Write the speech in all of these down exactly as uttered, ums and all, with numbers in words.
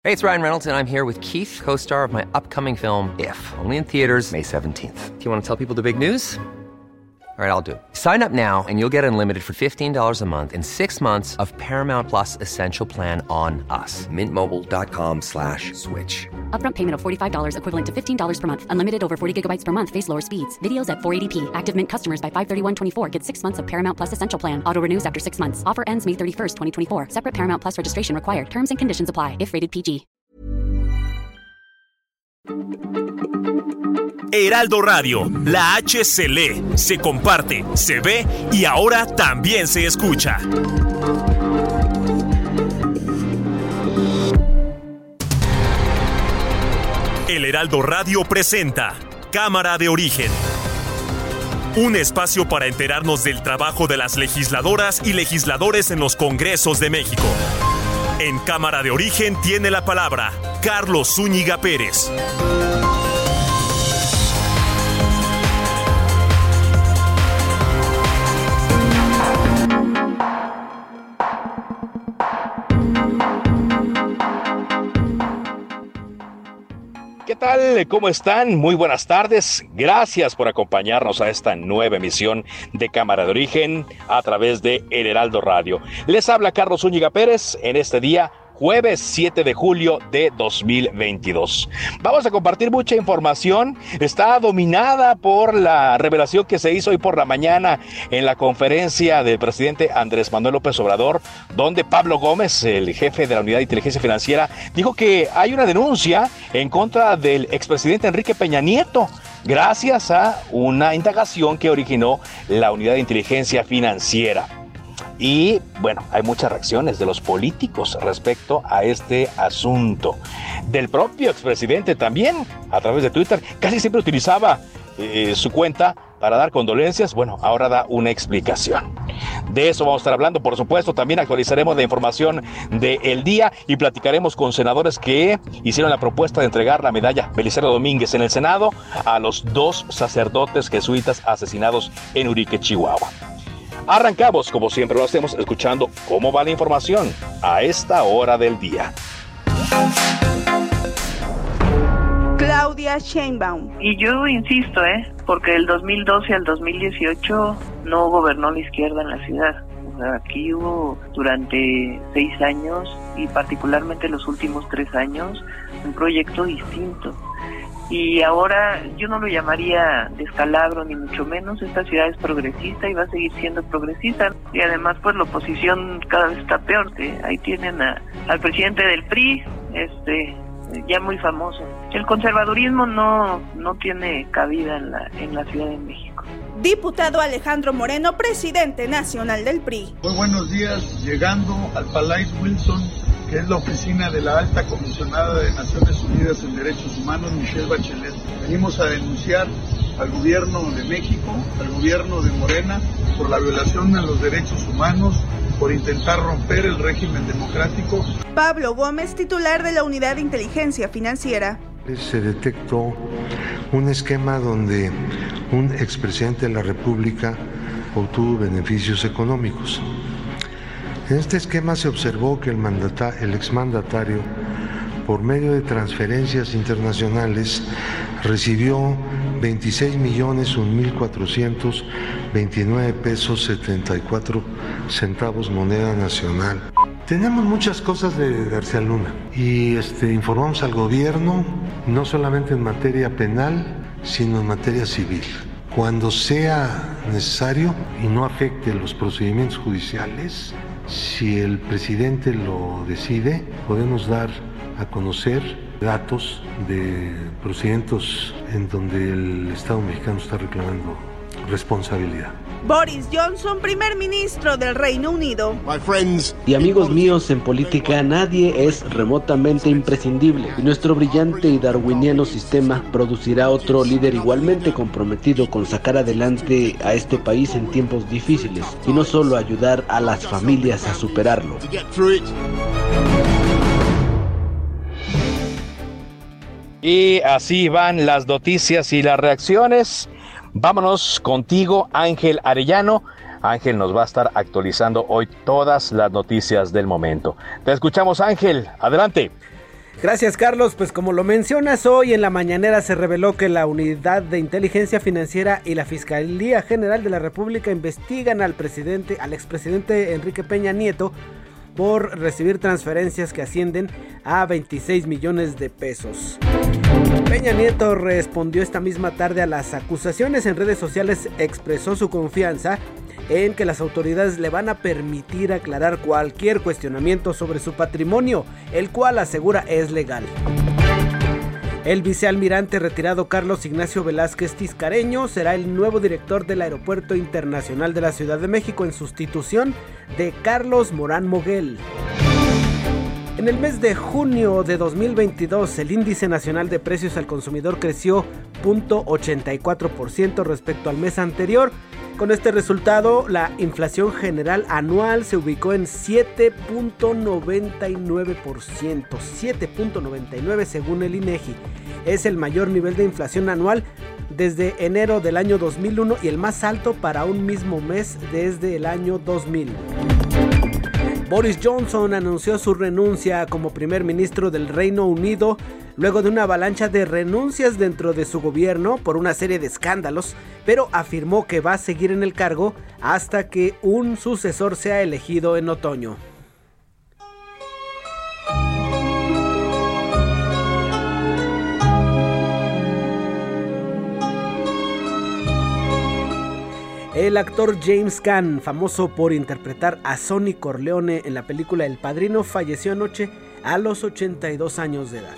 Hey, it's Ryan Reynolds, and I'm here with Keith, co-star of my upcoming film, If, only in theaters May seventeenth. Do you want to tell people the big news? All right, I'll do it. Sign up now and you'll get unlimited for fifteen dollars a month and six months of Paramount Plus Essential Plan on us. Mint Mobile dot com slash switch. Upfront payment of forty-five dollars equivalent to fifteen dollars per month. Unlimited over forty gigabytes per month. Face lower speeds. Videos at four eighty p. Active Mint customers by five thirty-one twenty-four get six months of Paramount Plus Essential Plan. Auto renews after six months. Offer ends May thirty-first, twenty twenty-four. Separate Paramount Plus registration required. Terms and conditions apply if rated P G. Heraldo Radio, la H se lee, se comparte, se ve y ahora también se escucha. El Heraldo Radio presenta Cámara de Origen, un espacio para enterarnos del trabajo de las legisladoras y legisladores en los Congresos de México. En Cámara de Origen tiene la palabra Carlos Zúñiga Pérez. ¿Qué tal? ¿Cómo están? Muy buenas tardes. Gracias por acompañarnos a esta nueva emisión de Cámara de Origen a través de El Heraldo Radio. Les habla Carlos Zúñiga Pérez en este día, jueves siete de julio de dos mil veintidós. Vamos a compartir mucha información. Está dominada por la revelación que se hizo hoy por la mañana en la conferencia del presidente Andrés Manuel López Obrador, donde Pablo Gómez, el jefe de la Unidad de Inteligencia Financiera, dijo que hay una denuncia en contra del expresidente Enrique Peña Nieto, gracias a una indagación que originó la Unidad de Inteligencia Financiera. Y bueno, hay muchas reacciones de los políticos respecto a este asunto. Del propio expresidente también, a través de Twitter, casi siempre utilizaba eh, su cuenta para dar condolencias. Bueno, ahora da una explicación. De eso vamos a estar hablando, por supuesto. También actualizaremos la información del día y platicaremos con senadores que hicieron la propuesta de entregar la medalla Belisario Domínguez en el Senado a los dos sacerdotes jesuitas asesinados en Urique, Chihuahua. Arrancamos, como siempre lo hacemos, escuchando cómo va la información a esta hora del día. Claudia Sheinbaum. Y yo insisto, ¿eh? Porque del dos mil doce al dos mil dieciocho no gobernó la izquierda en la ciudad. O sea, aquí hubo durante seis años y particularmente los últimos tres años un proyecto distinto. Y ahora yo no lo llamaría descalabro ni mucho menos. Esta ciudad es progresista y va a seguir siendo progresista, y además pues la oposición cada vez está peor. ¿Sí? Ahí tienen a, al presidente del P R I, este ya muy famoso. El conservadurismo no no tiene cabida en la en la Ciudad de México. Diputado Alejandro Moreno, presidente nacional del P R I. Muy buenos días, llegando al Palais Wilson, que es la oficina de la Alta Comisionada de Naciones Unidas en Derechos Humanos, Michelle Bachelet. Venimos a denunciar al gobierno de México, al gobierno de Morena, por la violación a los derechos humanos, por intentar romper el régimen democrático. Pablo Gómez, titular de la Unidad de Inteligencia Financiera. Se detectó un esquema donde un expresidente de la República obtuvo beneficios económicos. En este esquema se observó que el, mandata, el exmandatario, por medio de transferencias internacionales, recibió veintiséis millones un mil cuatrocientos veintinueve pesos setenta y cuatro centavos moneda nacional. Tenemos muchas cosas de García Luna y este, informamos al gobierno no solamente en materia penal, sino en materia civil. Cuando sea necesario y no afecte los procedimientos judiciales, si el presidente lo decide, podemos dar a conocer datos de procedimientos en donde el Estado mexicano está reclamando responsabilidad. Boris Johnson, primer ministro del Reino Unido. Y amigos míos, en política nadie es remotamente imprescindible, y nuestro brillante y darwiniano sistema producirá otro líder igualmente comprometido con sacar adelante a este país en tiempos difíciles, y no solo ayudar a las familias a superarlo. Y así van las noticias y las reacciones. Vámonos contigo, Ángel Arellano. Ángel nos va a estar actualizando hoy todas las noticias del momento. Te escuchamos, Ángel. Adelante. Gracias, Carlos. Pues como lo mencionas, hoy en la mañanera se reveló que la Unidad de Inteligencia Financiera y la Fiscalía General de la República investigan al presidente, al expresidente Enrique Peña Nieto por recibir transferencias que ascienden a veintiséis millones de pesos. Peña Nieto respondió esta misma tarde a las acusaciones. En redes sociales expresó su confianza en que las autoridades le van a permitir aclarar cualquier cuestionamiento sobre su patrimonio, el cual asegura es legal. El vicealmirante retirado Carlos Ignacio Velázquez Tiscareño será el nuevo director del Aeropuerto Internacional de la Ciudad de México en sustitución de Carlos Morán Moguel. En el mes de junio de dos mil veintidós, el índice nacional de precios al consumidor creció cero punto ochenta y cuatro por ciento respecto al mes anterior. Con este resultado, la inflación general anual se ubicó en siete punto noventa y nueve por ciento, siete punto noventa y nueve según el INEGI. Es el mayor nivel de inflación anual desde enero del año dos mil uno y el más alto para un mismo mes desde el año dos mil. Boris Johnson anunció su renuncia como primer ministro del Reino Unido luego de una avalancha de renuncias dentro de su gobierno por una serie de escándalos, pero afirmó que va a seguir en el cargo hasta que un sucesor sea elegido en otoño. El actor James Caan, famoso por interpretar a Sonny Corleone en la película El Padrino, falleció anoche a los ochenta y dos años de edad.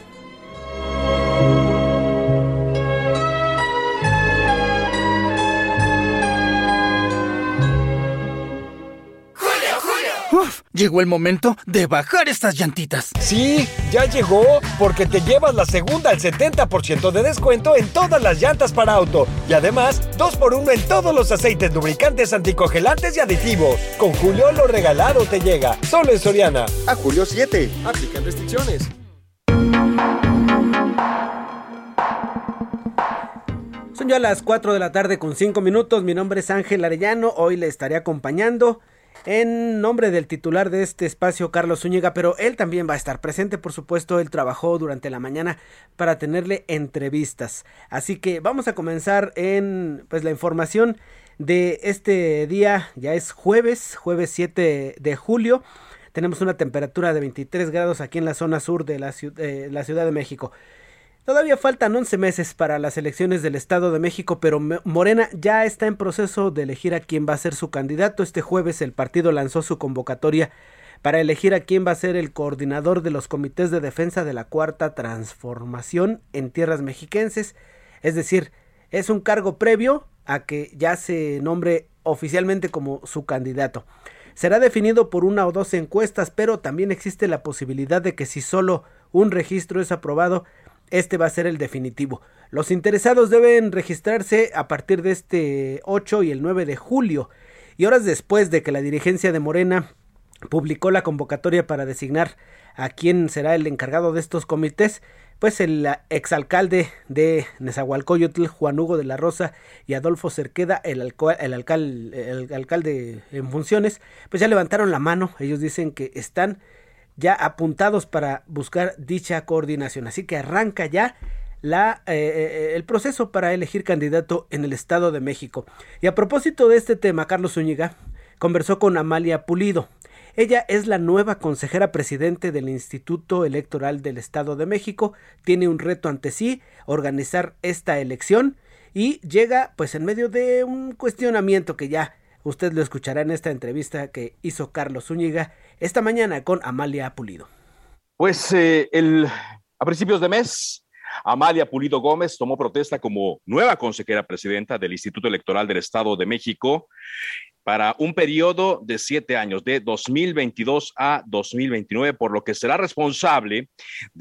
Uf, llegó el momento de bajar estas llantitas. Sí, ya llegó, porque te llevas la segunda al setenta por ciento de descuento en todas las llantas para auto. Y además, dos por uno en todos los aceites lubricantes, anticongelantes y aditivos. Con Julio lo regalado te llega, solo en Soriana. A julio siete, aplican restricciones. Son ya las cuatro de la tarde con cinco minutos. Mi nombre es Ángel Arellano. Hoy le estaré acompañando en nombre del titular de este espacio, Carlos Zúñiga, pero él también va a estar presente, por supuesto. Él trabajó durante la mañana para tenerle entrevistas. Así que vamos a comenzar en pues la información de este día. Ya es jueves, jueves siete de julio. Tenemos una temperatura de veintitrés grados aquí en la zona sur de la, ciudad, eh, la Ciudad de México. Todavía faltan once meses para las elecciones del Estado de México, pero Morena ya está en proceso de elegir a quién va a ser su candidato. Este jueves el partido lanzó su convocatoria para elegir a quién va a ser el coordinador de los comités de defensa de la Cuarta Transformación en tierras mexiquenses. Es decir, es un cargo previo a que ya se nombre oficialmente como su candidato. Será definido por una o dos encuestas, pero también existe la posibilidad de que si solo un registro es aprobado, este va a ser el definitivo. Los interesados deben registrarse a partir de este ocho y el nueve de julio. Y horas después de que la dirigencia de Morena publicó la convocatoria para designar a quién será el encargado de estos comités, pues el exalcalde de Nezahualcóyotl, Juan Hugo de la Rosa, y Adolfo Cerqueda, el, alco- el, alcal- el alcalde en funciones, pues ya levantaron la mano. Ellos dicen que están ya apuntados para buscar dicha coordinación. Así que arranca ya la, eh, el proceso para elegir candidato en el Estado de México. Y a propósito de este tema, Carlos Zúñiga conversó con Amalia Pulido. Ella es la nueva consejera presidente del Instituto Electoral del Estado de México. Tiene un reto ante sí, organizar esta elección, y llega pues en medio de un cuestionamiento que ya usted lo escuchará en esta entrevista que hizo Carlos Zúñiga esta mañana con Amalia Pulido. Pues eh, el, a principios de mes, Amalia Pulido Gómez tomó protesta como nueva consejera presidenta del Instituto Electoral del Estado de México para un periodo de siete años, de dos mil veintidós a dos mil veintinueve, por lo que será responsable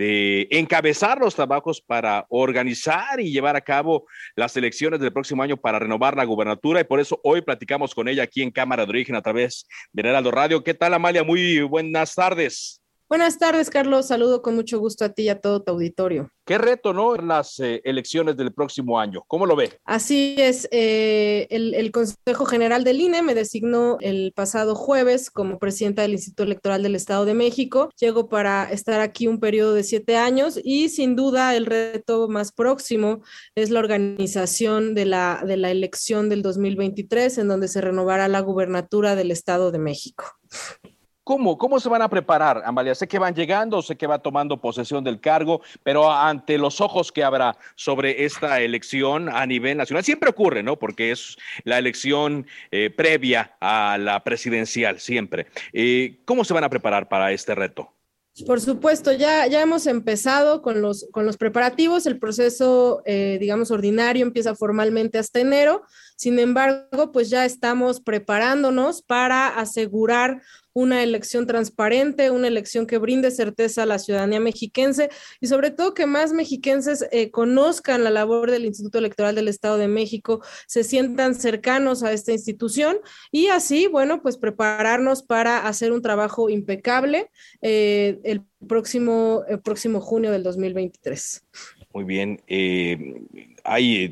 de encabezar los trabajos para organizar y llevar a cabo las elecciones del próximo año para renovar la gubernatura, y por eso hoy platicamos con ella aquí en Cámara de Origen a través de Heraldo Radio. ¿Qué tal, Amalia? Muy buenas tardes. Buenas tardes, Carlos. Saludo con mucho gusto a ti y a todo tu auditorio. Qué reto, ¿no? Las eh, elecciones del próximo año. ¿Cómo lo ve? Así es, eh, el, el Consejo General del I N E me designó el pasado jueves como presidenta del Instituto Electoral del Estado de México. Llego para estar aquí un periodo de siete años y sin duda el reto más próximo es la organización de la, de la elección del dos mil veintitrés, en donde se renovará la gubernatura del Estado de México. ¿Cómo? ¿Cómo se van a preparar, Amalia? Sé que van llegando, sé que va tomando posesión del cargo, pero ante los ojos que habrá sobre esta elección a nivel nacional, siempre ocurre, ¿no? Porque es la elección eh, previa a la presidencial, siempre. Eh, ¿Cómo se van a preparar para este reto? Por supuesto, ya, ya hemos empezado con los, con los preparativos. El proceso, eh, digamos, ordinario empieza formalmente hasta enero. Sin embargo, pues ya estamos preparándonos para asegurar una elección transparente, una elección que brinde certeza a la ciudadanía mexiquense y sobre todo que más mexiquenses eh, conozcan la labor del Instituto Electoral del Estado de México, se sientan cercanos a esta institución y así, bueno, pues prepararnos para hacer un trabajo impecable eh, el próximo, el próximo junio del dos mil veintitrés. Muy bien, eh, hay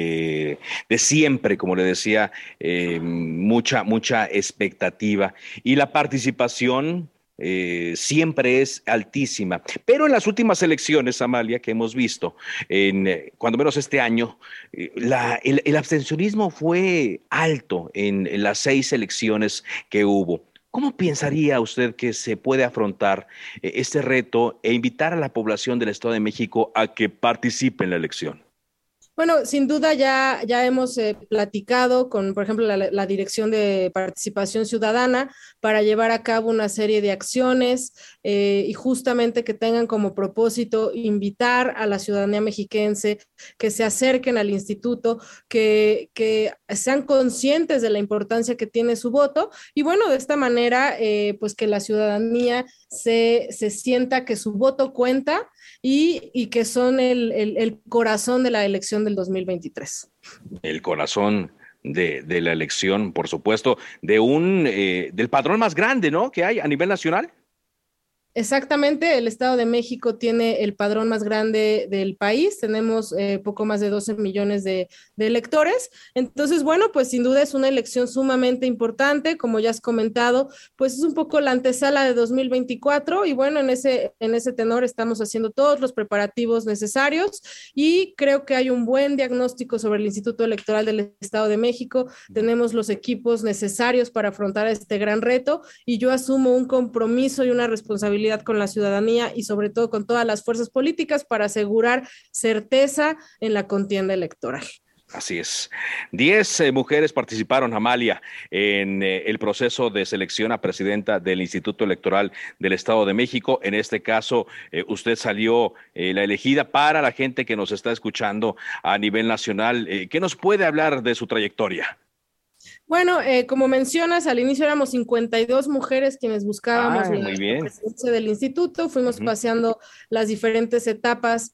de, de siempre, como le decía, eh, mucha, mucha expectativa y la participación eh, siempre es altísima. Pero en las últimas elecciones, Amalia, que hemos visto, en, eh, cuando menos este año, eh, la, el, el abstencionismo fue alto en, en las seis elecciones que hubo. ¿Cómo pensaría usted que se puede afrontar eh, este reto e invitar a la población del Estado de México a que participe en la elección? Bueno, sin duda ya, ya hemos eh, platicado con, por ejemplo, la, la Dirección de Participación Ciudadana para llevar a cabo una serie de acciones eh, y justamente que tengan como propósito invitar a la ciudadanía mexiquense que se acerquen al instituto, que, que sean conscientes de la importancia que tiene su voto y bueno, de esta manera, eh, pues que la ciudadanía se, se sienta que su voto cuenta y, y que son el, el, el corazón de la elección del dos mil veintitrés. El corazón de, de la elección, por supuesto, de un eh, del padrón más grande, ¿no?, que hay a nivel nacional. Exactamente, el Estado de México tiene el padrón más grande del país, tenemos eh, poco más de doce millones de, de electores, entonces bueno, pues sin duda es una elección sumamente importante, como ya has comentado, pues es un poco la antesala de dos mil veinticuatro y bueno, en ese, en ese tenor estamos haciendo todos los preparativos necesarios y creo que hay un buen diagnóstico sobre el Instituto Electoral del Estado de México, tenemos los equipos necesarios para afrontar este gran reto y yo asumo un compromiso y una responsabilidad con la ciudadanía y sobre todo con todas las fuerzas políticas para asegurar certeza en la contienda electoral. Así es. Diez eh, mujeres participaron, Amalia, en eh, el proceso de selección a presidenta del Instituto Electoral del Estado de México. En este caso, eh, usted salió eh, la elegida. Para la gente que nos está escuchando a nivel nacional, eh, ¿qué nos puede hablar de su trayectoria? Bueno, eh, como mencionas, al inicio éramos cincuenta y dos mujeres quienes buscábamos ah, la, la presidencia del instituto, fuimos uh-huh. paseando las diferentes etapas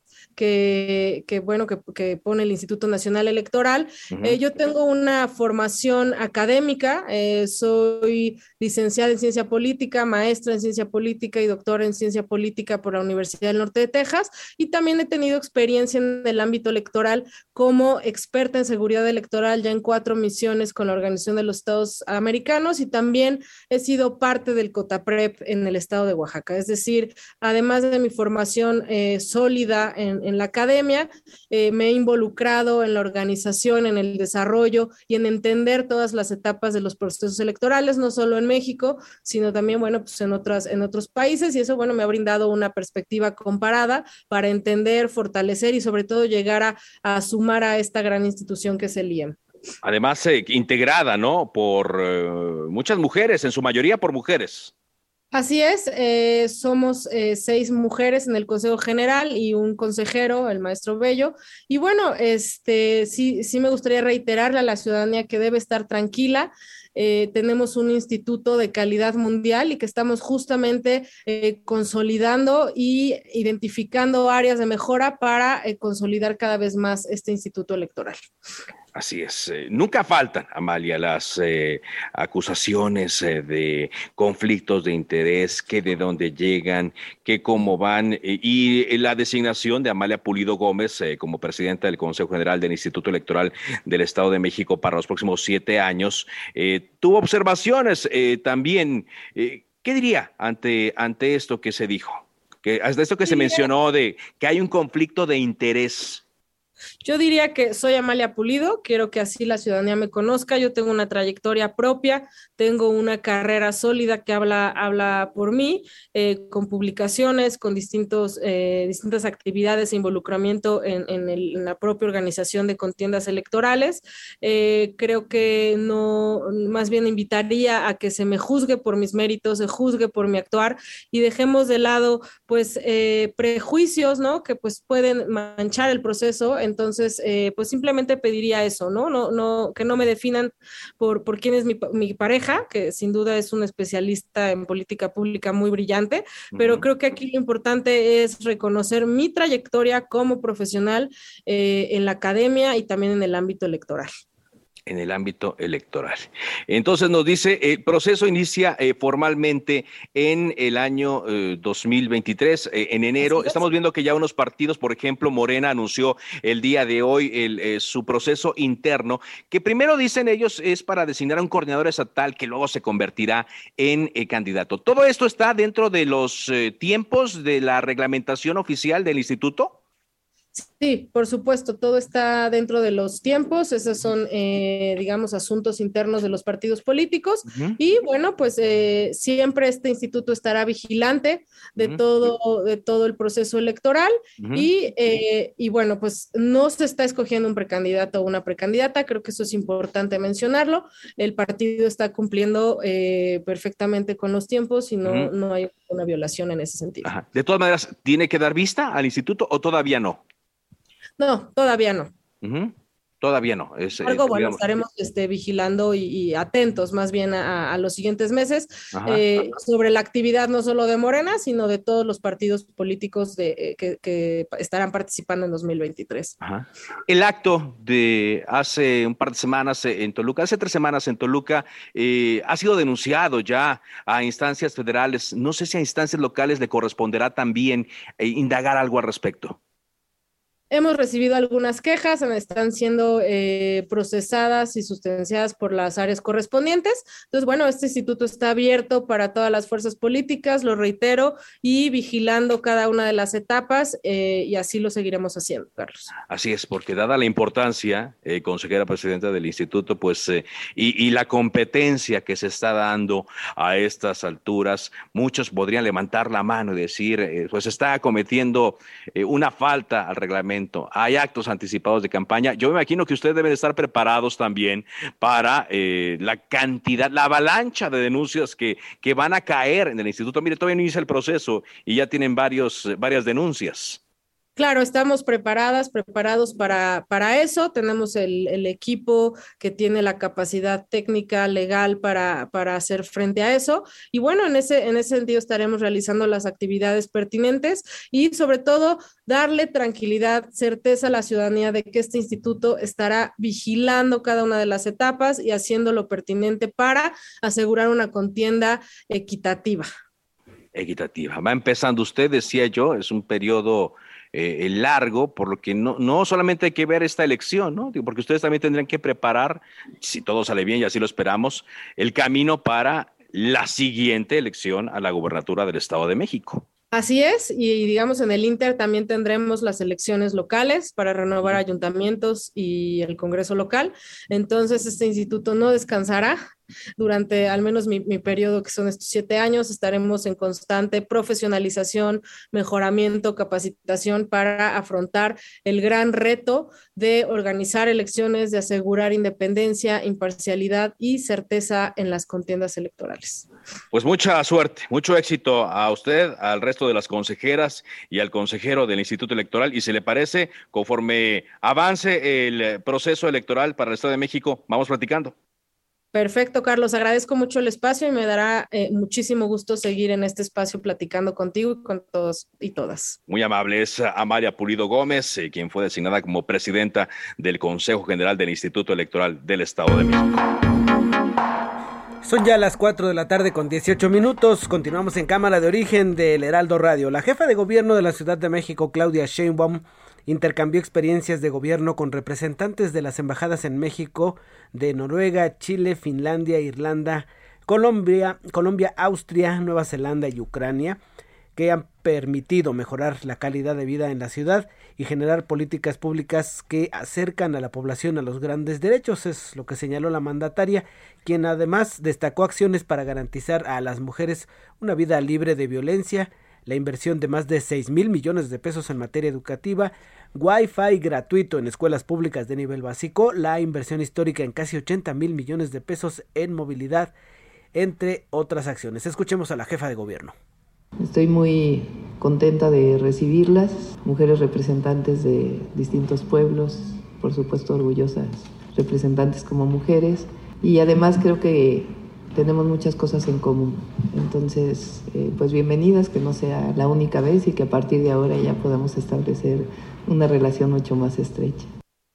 que, que bueno, que, que pone el Instituto Nacional Electoral. Uh-huh. Eh, yo tengo una formación académica, eh, soy licenciada en Ciencia Política, maestra en Ciencia Política y doctora en Ciencia Política por la Universidad del Norte de Texas, y también he tenido experiencia en el ámbito electoral como experta en seguridad electoral ya en cuatro misiones con la Organización de los Estados Americanos y también he sido parte del COTAPREP en el estado de Oaxaca. Es decir, además de mi formación eh, sólida en, en la academia, eh, me he involucrado en la organización, en el desarrollo y en entender todas las etapas de los procesos electorales, no solo en México, sino también, bueno, pues en otras, en otros países y eso, bueno, me ha brindado una perspectiva comparada para entender, fortalecer y sobre todo llegar a, a sumar a esta gran institución que es el I E M. Además, eh, integrada, ¿no?, por eh, muchas mujeres, en su mayoría por mujeres. Así es, eh, somos eh, seis mujeres en el Consejo General y un consejero, el maestro Bello. Y bueno, este, sí, sí me gustaría reiterarle a la ciudadanía que debe estar tranquila. Eh, tenemos un instituto de calidad mundial y que estamos justamente eh, consolidando y identificando áreas de mejora para eh, consolidar cada vez más este instituto electoral. Así es. Eh, nunca faltan, Amalia, las eh, acusaciones eh, de conflictos de interés, que de dónde llegan, que cómo van, eh, y eh, la designación de Amalia Pulido Gómez eh, como presidenta del Consejo General del Instituto Electoral del Estado de México para los próximos siete años. Eh, tuvo observaciones eh, también. Eh, ¿Qué diría ante, ante esto que se dijo? Que, hasta esto que se mencionó de que hay un conflicto de interés. Yo diría que soy Amalia Pulido, quiero que así la ciudadanía me conozca, yo tengo una trayectoria propia, tengo una carrera sólida que habla, habla por mí, eh, con publicaciones, con distintos, eh, distintas actividades e involucramiento en, en, el, en la propia organización de contiendas electorales. Eh, creo que no, más bien invitaría a que se me juzgue por mis méritos, se juzgue por mi actuar y dejemos de lado pues eh, prejuicios, ¿no? Que pues pueden manchar el proceso. Entonces, eh, pues simplemente pediría eso, ¿no? No, no, que no me definan por, por quién es mi, mi pareja, que sin duda es un especialista en política pública muy brillante, uh-huh. Pero creo que aquí lo importante es reconocer mi trayectoria como profesional eh, en la academia y también en el ámbito electoral. En el ámbito electoral. Entonces nos dice, el proceso inicia eh, formalmente en el año eh, dos mil veintitrés, eh, en enero. Estamos viendo que ya unos partidos, por ejemplo, Morena anunció el día de hoy el, eh, su proceso interno, que primero dicen ellos es para designar a un coordinador estatal que luego se convertirá en eh, candidato. ¿Todo esto está dentro de los eh, tiempos de la reglamentación oficial del instituto? Sí, por supuesto, todo está dentro de los tiempos, esos son, eh, digamos, asuntos internos de los partidos políticos uh-huh. Y bueno, pues eh, siempre este instituto estará vigilante de, uh-huh. todo, de todo el proceso electoral uh-huh. y, eh, y bueno, pues no se está escogiendo un precandidato o una precandidata, creo que eso es importante mencionarlo, el partido está cumpliendo eh, perfectamente con los tiempos y no, uh-huh. no hay una violación en ese sentido. Ajá. De todas maneras, ¿tiene que dar vista al instituto o todavía no? No, todavía no. Uh-huh. Todavía no. Es, Algo eh, bueno, digamos... estaremos este, vigilando y, y atentos más bien a, a los siguientes meses eh, sobre la actividad no solo de Morena, sino de todos los partidos políticos de, eh, que, que estarán participando en dos mil veintitrés. Ajá. El acto de hace un par de semanas en Toluca, hace tres semanas en Toluca, eh, ha sido denunciado ya a instancias federales. No sé si a instancias locales le corresponderá también eh, indagar algo al respecto. Hemos recibido algunas quejas, están siendo eh, procesadas y sustanciadas por las áreas correspondientes. Entonces, bueno, este instituto está abierto para todas las fuerzas políticas, lo reitero, y vigilando cada una de las etapas, eh, y así lo seguiremos haciendo, Carlos. Así es, porque dada la importancia, eh, consejera presidenta del instituto, pues, eh, y, y la competencia que se está dando a estas alturas, muchos podrían levantar la mano y decir, eh, pues está cometiendo eh, una falta al reglamento. Hay actos anticipados de campaña. Yo me imagino que ustedes deben estar preparados también para eh, la cantidad, la avalancha de denuncias que, que van a caer en el instituto. Mire, todavía no inicia el proceso y ya tienen varios, varias denuncias. Claro, estamos preparadas, preparados para, para eso. Tenemos el, el equipo que tiene la capacidad técnica, legal para, para hacer frente a eso. Y bueno, en ese, en ese sentido estaremos realizando las actividades pertinentes y sobre todo darle tranquilidad, certeza a la ciudadanía de que este instituto estará vigilando cada una de las etapas y haciendo lo pertinente para asegurar una contienda equitativa. Equitativa. Va empezando usted, decía yo, es un periodo Eh, largo, por lo que no, no solamente hay que ver esta elección, ¿no? Porque ustedes también tendrían que preparar, si todo sale bien y así lo esperamos, el camino para la siguiente elección a la gubernatura del Estado de México. Así es, y digamos en el Inter también tendremos las elecciones locales para renovar ayuntamientos y el Congreso local, entonces este instituto no descansará. Durante al menos mi, mi periodo, que son estos siete años, estaremos en constante profesionalización, mejoramiento, capacitación para afrontar el gran reto de organizar elecciones, de asegurar independencia, imparcialidad y certeza en las contiendas electorales. Pues mucha suerte, mucho éxito a usted, al resto de las consejeras y al consejero del Instituto Electoral, y si le parece, conforme avance el proceso electoral para el Estado de México, vamos platicando. Perfecto, Carlos, agradezco mucho el espacio y me dará eh, muchísimo gusto seguir en este espacio platicando contigo y con todos y todas. Muy amable, es Amalia Pulido Gómez, eh, quien fue designada como presidenta del Consejo General del Instituto Electoral del Estado de México. Son ya las cuatro de la tarde con dieciocho minutos, continuamos en Cámara de Origen del Heraldo Radio. La jefa de gobierno de la Ciudad de México, Claudia Sheinbaum, intercambió experiencias de gobierno con representantes de las embajadas en México, de Noruega, Chile, Finlandia, Irlanda, Colombia, Colombia, Austria, Nueva Zelanda y Ucrania, que han permitido mejorar la calidad de vida en la ciudad y generar políticas públicas que acercan a la población a los grandes derechos, es lo que señaló la mandataria, quien además destacó acciones para garantizar a las mujeres una vida libre de violencia, la inversión de más de seis mil millones de pesos en materia educativa, Wi-Fi gratuito en escuelas públicas de nivel básico, la inversión histórica en casi ochenta mil millones de pesos en movilidad, entre otras acciones. Escuchemos a la jefa de gobierno. Estoy muy contenta de recibirlas, mujeres representantes de distintos pueblos, por supuesto orgullosas representantes como mujeres, y además creo que tenemos muchas cosas en común. Entonces, eh, pues bienvenidas, que no sea la única vez y que a partir de ahora ya podamos establecer una relación mucho más estrecha.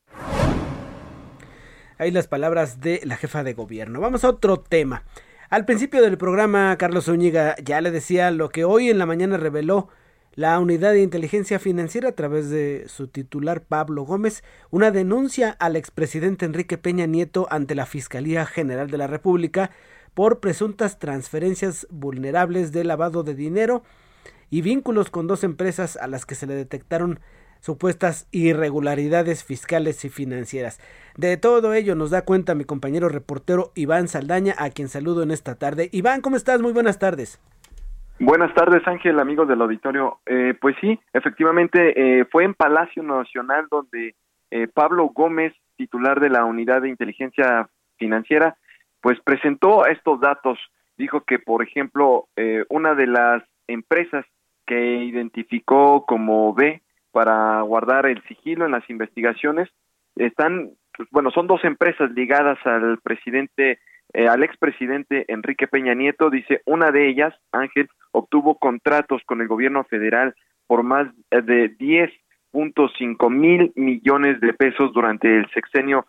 Ahí las palabras de la jefa de gobierno. Vamos a otro tema. Al principio del programa, Carlos Zúñiga ya le decía lo que hoy en la mañana reveló la Unidad de Inteligencia Financiera a través de su titular Pablo Gómez, una denuncia al expresidente Enrique Peña Nieto ante la Fiscalía General de la República por presuntas transferencias vulnerables de lavado de dinero y vínculos con dos empresas a las que se le detectaron supuestas irregularidades fiscales y financieras. De todo ello nos da cuenta mi compañero reportero Iván Saldaña, a quien saludo en esta tarde. Iván, ¿cómo estás? Muy buenas tardes. Buenas tardes, Ángel, amigos del auditorio. Eh, pues sí, efectivamente, eh, fue en Palacio Nacional donde eh, Pablo Gómez, titular de la Unidad de Inteligencia Financiera, pues presentó estos datos. Dijo que, por ejemplo, eh, una de las empresas que identificó como B para guardar el sigilo en las investigaciones, están, pues, bueno, son dos empresas ligadas al presidente, eh, al expresidente Enrique Peña Nieto. Dice, una de ellas, Ángel, obtuvo contratos con el gobierno federal por más de diez punto cinco mil millones de pesos durante el sexenio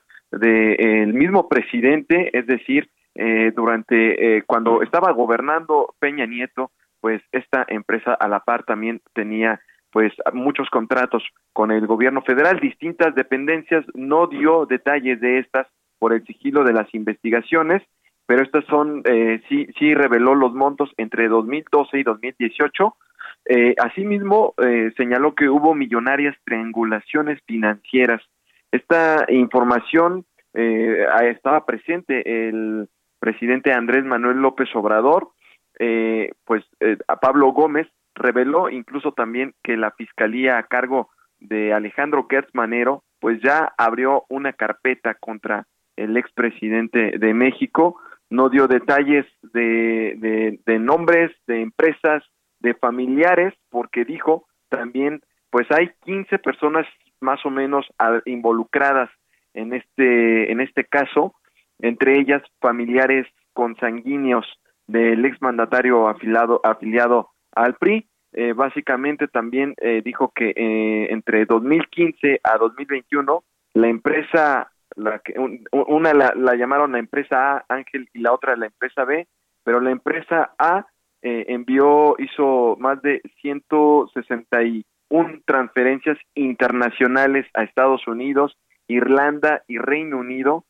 del mismo presidente, es decir, eh, durante eh, cuando estaba gobernando Peña Nieto, pues esta empresa a la par también tenía pues muchos contratos con el gobierno federal. Distintas dependencias, no dio detalles de estas por el sigilo de las investigaciones, pero estas son, eh, sí, sí reveló los montos entre dos mil doce y dos mil dieciocho. Eh, asimismo, eh, señaló que hubo millonarias triangulaciones financieras. Esta información eh, estaba presente el presidente Andrés Manuel López Obrador, eh, pues eh, a Pablo Gómez reveló incluso también que la fiscalía a cargo de Alejandro Gertz Manero, pues ya abrió una carpeta contra el expresidente de México. No dio detalles de, de, de nombres, de empresas, de familiares, porque dijo también, pues hay quince personas más o menos involucradas en este, en este caso, entre ellas familiares consanguíneos del exmandatario afiliado, afiliado al P R I. Eh, básicamente también eh, dijo que eh, entre dos mil quince a dos mil veintiuno la empresa, la que, un, una la, la llamaron la empresa A, Ángel, y la otra la empresa B, pero la empresa A eh, envió, hizo más de ciento sesenta y una transferencias internacionales a Estados Unidos, Irlanda y Reino Unido,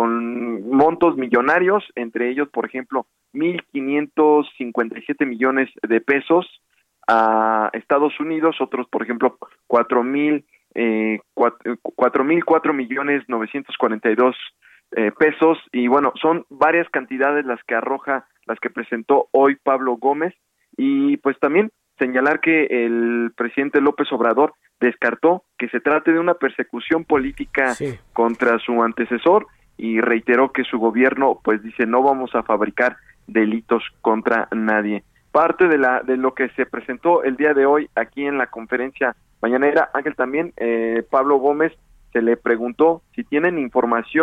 con montos millonarios, entre ellos, por ejemplo, mil quinientos cincuenta y siete millones de pesos a Estados Unidos, otros, por ejemplo, cuatro mil eh, cuatro mil cuatro millones novecientos cuarenta y dos eh, pesos, y bueno, son varias cantidades las que arroja, las que presentó hoy Pablo Gómez. Y pues también señalar que el presidente López Obrador descartó que se trate de una persecución política sí. contra su antecesor, y reiteró que su gobierno, pues dice, no vamos a fabricar delitos contra nadie. Parte de la de lo que se presentó el día de hoy aquí en la conferencia mañanera, Ángel, también eh, Pablo Gómez se le preguntó si tienen información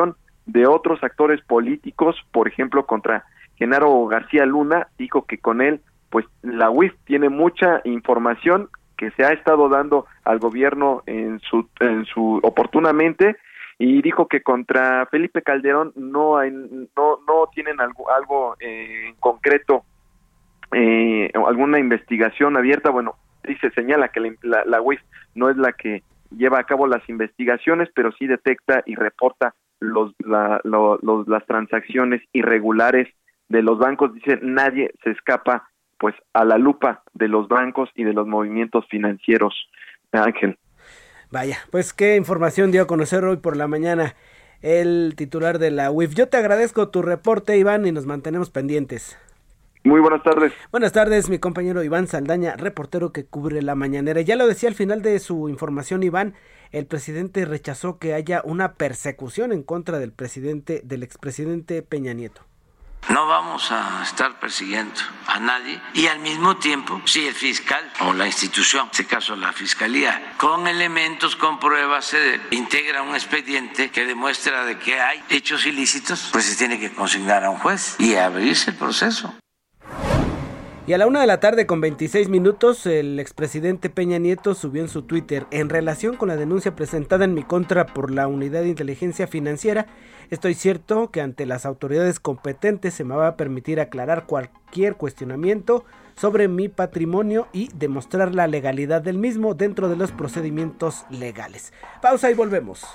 de otros actores políticos, por ejemplo, contra Genaro García Luna, dijo que con él, pues la U I F tiene mucha información que se ha estado dando al gobierno en su, en su oportunamente, y dijo que contra Felipe Calderón no hay, no, no tienen algo, algo eh, en concreto, eh, alguna investigación abierta. Bueno, dice, señala que la, la, la U I F no es la que lleva a cabo las investigaciones, pero sí detecta y reporta los, la, lo, los, las transacciones irregulares de los bancos. Dice, nadie se escapa pues a la lupa de los bancos y de los movimientos financieros, Ángel. Vaya, pues qué información dio a conocer hoy por la mañana el titular de la U I F. Yo te agradezco tu reporte, Iván, y nos mantenemos pendientes. Muy buenas tardes. Buenas tardes, mi compañero Iván Saldaña, reportero que cubre la mañanera. Ya lo decía al final de su información, Iván, el presidente rechazó que haya una persecución en contra del presidente, del expresidente Peña Nieto. No vamos a estar persiguiendo a nadie y al mismo tiempo, si el fiscal o la institución, en este caso la fiscalía, con elementos, con pruebas, se integra un expediente que demuestra de que hay hechos ilícitos, pues se tiene que consignar a un juez y abrirse el proceso. Y a la una de la tarde con veintiséis minutos, el expresidente Peña Nieto subió en su Twitter: en relación con la denuncia presentada en mi contra por la Unidad de Inteligencia Financiera, estoy cierto que ante las autoridades competentes se me va a permitir aclarar cualquier cuestionamiento sobre mi patrimonio y demostrar la legalidad del mismo dentro de los procedimientos legales. Pausa y volvemos.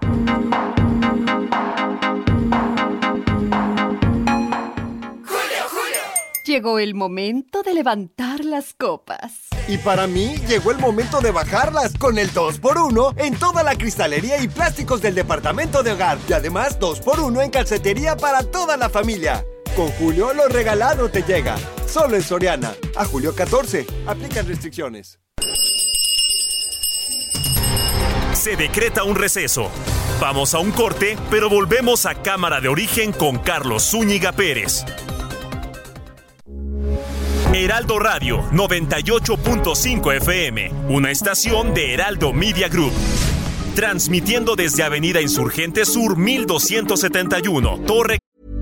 Llegó el momento de levantar las copas. Y para mí, llegó el momento de bajarlas con el dos por uno en toda la cristalería y plásticos del departamento de hogar. Y además, dos por uno en calcetería para toda la familia. Con Julio, lo regalado te llega. Solo en Soriana. A julio catorce. Aplican restricciones. Se decreta un receso. Vamos a un corte, pero volvemos a Cámara de Origen con Carlos Zúñiga Pérez. Heraldo Radio noventa y ocho punto cinco F M, una estación de Heraldo Media Group. Transmitiendo desde Avenida Insurgente Sur mil doscientos setenta y uno, Torre.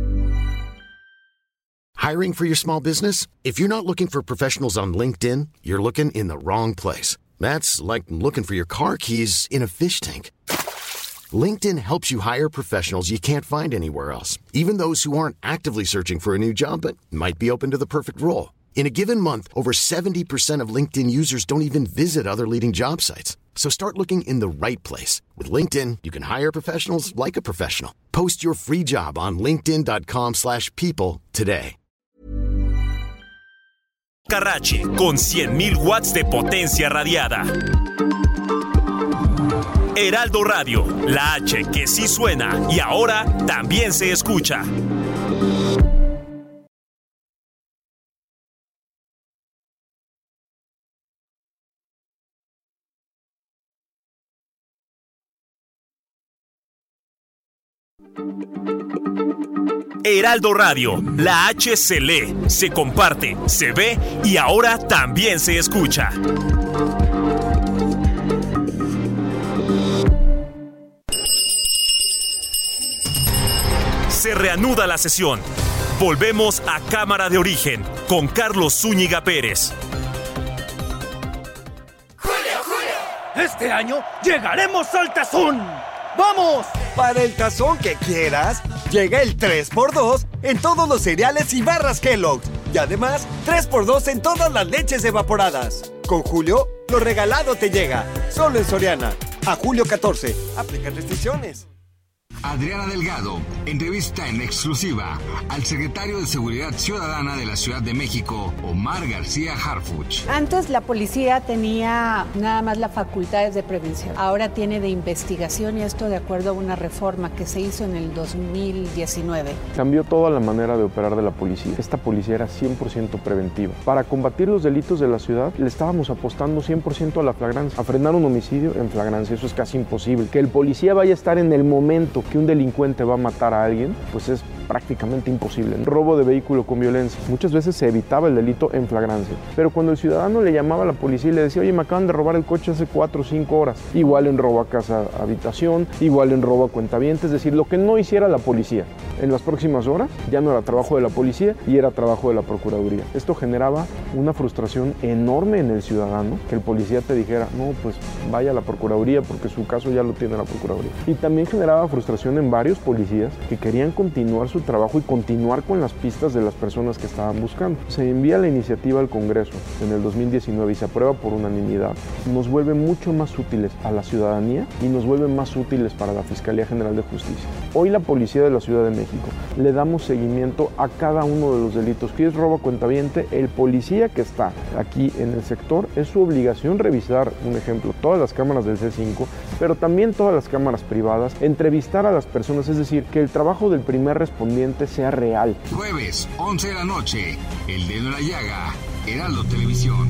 Hiring for your small business? If you're not looking for professionals on LinkedIn, you're looking in the wrong place. That's like looking for your car keys in a fish tank. LinkedIn helps you hire professionals you can't find anywhere else, even those who aren't actively searching for a new job but might be open to the perfect role. In a given month, over seventy percent of LinkedIn users don't even visit other leading job sites. So start looking in the right place. With LinkedIn, you can hire professionals like a professional. Post your free job on linkedin dot com slash people today. Carrachi, con cien mil watts de potencia radiada. Heraldo Radio, la H que sí suena y ahora también se escucha. Heraldo Radio, la H se lee, se comparte, se ve y ahora también se escucha. Se reanuda la sesión. Volvemos a Cámara de Origen con Carlos Zúñiga Pérez. ¡Julio, Julio! Este año llegaremos al tazón. ¡Vamos! Para el tazón que quieras, llega el tres por dos en todos los cereales y barras Kellogg's. Y además, tres por dos en todas las leches evaporadas. Con Julio, lo regalado te llega. Solo en Soriana. A julio catorce. Aplican restricciones. Adriana Delgado entrevista en exclusiva al secretario de Seguridad Ciudadana de la Ciudad de México, Omar García Harfuch. Antes la policía tenía nada más las facultades de prevención, ahora tiene de investigación, y esto de acuerdo a una reforma que se hizo en el dos mil diecinueve. Cambió toda la manera de operar de la policía. Esta policía era cien por ciento preventiva. Para combatir los delitos de la ciudad le estábamos apostando cien por ciento a la flagrancia, a frenar un homicidio en flagrancia. Eso es casi imposible. Que el policía vaya a estar en el momento que un delincuente va a matar a alguien, pues es prácticamente imposible. Robo de vehículo con violencia. Muchas veces se evitaba el delito en flagrancia. Pero cuando el ciudadano le llamaba a la policía y le decía, oye, me acaban de robar el coche hace cuatro o cinco horas, igual en robo a casa habitación, igual en robo a cuentavientes, es decir, lo que no hiciera la policía en las próximas horas ya no era trabajo de la policía y era trabajo de la Procuraduría. Esto generaba una frustración enorme en el ciudadano, que el policía te dijera, no, pues vaya a la Procuraduría porque su caso ya lo tiene la Procuraduría. Y también generaba frustración en varios policías que querían continuar su trabajo y continuar con las pistas de las personas que estaban buscando. Se envía la iniciativa al Congreso en el dos mil diecinueve y se aprueba por unanimidad. Nos vuelve mucho más útiles a la ciudadanía y nos vuelve más útiles para la Fiscalía General de Justicia. Hoy la Policía de la Ciudad de México le damos seguimiento a cada uno de los delitos. Si es robo a cuentaviente, el policía que está aquí en el sector es su obligación revisar, un ejemplo, todas las cámaras del C cinco, pero también todas las cámaras privadas, entrevistar a las personas, es decir, que el trabajo del primer respondiente sea real. Jueves, once de la noche, El Dedo en la Llaga, Heraldo Televisión.